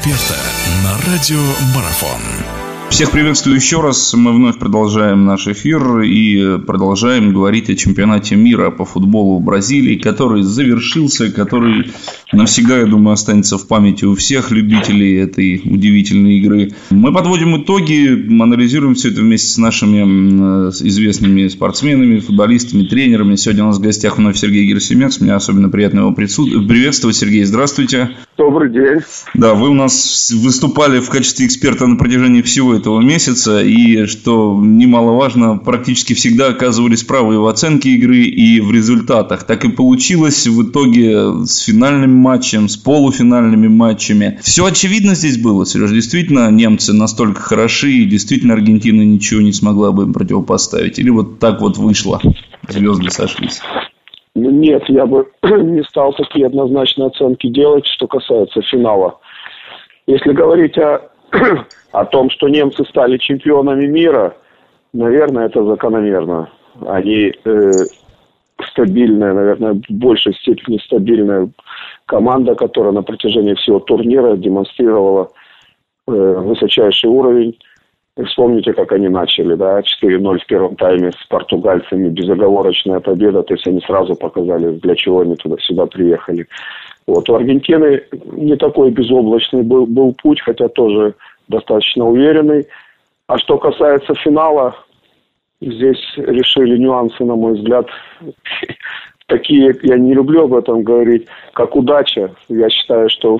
эксперта на радио Марафон. Всех приветствую еще раз. Мы вновь продолжаем наш эфир и продолжаем говорить о чемпионате мира по футболу в Бразилии, который завершился, который навсегда, я думаю, останется в памяти у всех любителей этой удивительной игры. Мы подводим итоги, анализируем все это вместе с нашими известными спортсменами, футболистами, тренерами. Сегодня у нас в гостях вновь Сергей Герасимец. Мне особенно приятно его приветствовать. Сергей, здравствуйте. Добрый день. Да, вы у нас выступали в качестве эксперта на протяжении всего этого месяца, и, что немаловажно, практически всегда оказывались правы в оценке игры и в результатах. Так и получилось в итоге с финальным матчем, с полуфинальными матчами. Все очевидно здесь было, Сереж. Действительно, немцы настолько хороши, и действительно Аргентина ничего не смогла бы им противопоставить. Или вот так вот вышло, звезды сошлись? Нет, я бы не стал такие однозначные оценки делать, что касается финала. Если говорить о том, что немцы стали чемпионами мира, наверное, это закономерно. Они стабильная, наверное, в большей степени стабильная команда, которая на протяжении всего турнира демонстрировала высочайший уровень. Вспомните, как они начали, да, 4-0 в первом тайме с португальцами, безоговорочная победа, то есть они сразу показали, для чего они туда-сюда приехали. Вот. У Аргентины не такой безоблачный был путь, хотя тоже достаточно уверенный. А что касается финала, здесь решили нюансы, на мой взгляд, такие, я не люблю об этом говорить, как удача. Я считаю, что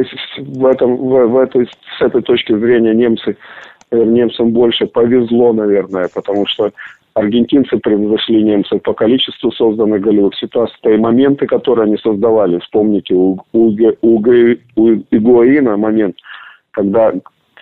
с этой точки зрения немцам больше повезло, наверное, потому что аргентинцы превзошли немцев по количеству созданных голевых ситуаций, и моменты, которые они создавали. Вспомните, у Игуаина момент, когда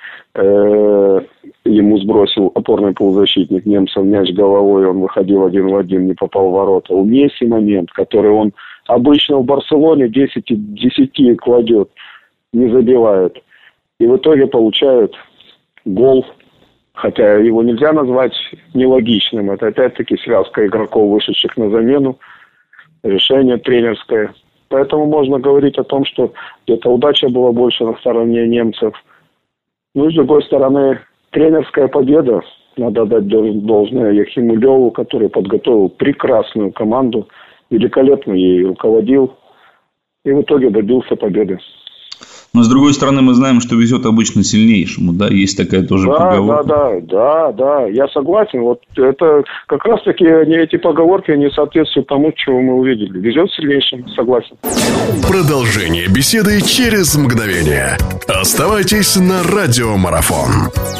ему сбросил опорный полузащитник немцев мяч головой, он выходил 1 в 1, не попал в ворота. У Месси момент, который он обычно в Барселоне 10 кладет, не забивает. И в итоге получают гол, хотя его нельзя назвать нелогичным. Это опять-таки связка игроков, вышедших на замену, решение тренерское. Поэтому можно говорить о том, что где-то удача была больше на стороне немцев. Ну и с другой стороны, тренерская победа. Надо дать должное Йохиму Леву, который подготовил прекрасную команду, великолепно ей руководил и в итоге добился победы. Но, с другой стороны, мы знаем, что везет обычно сильнейшему, да, есть такая тоже поговорка. Да, я согласен. Вот это как раз-таки эти поговорки, они соответствуют тому, чего мы увидели. Везет сильнейшему, согласен. Продолжение беседы через мгновение. Оставайтесь на радио Марафон.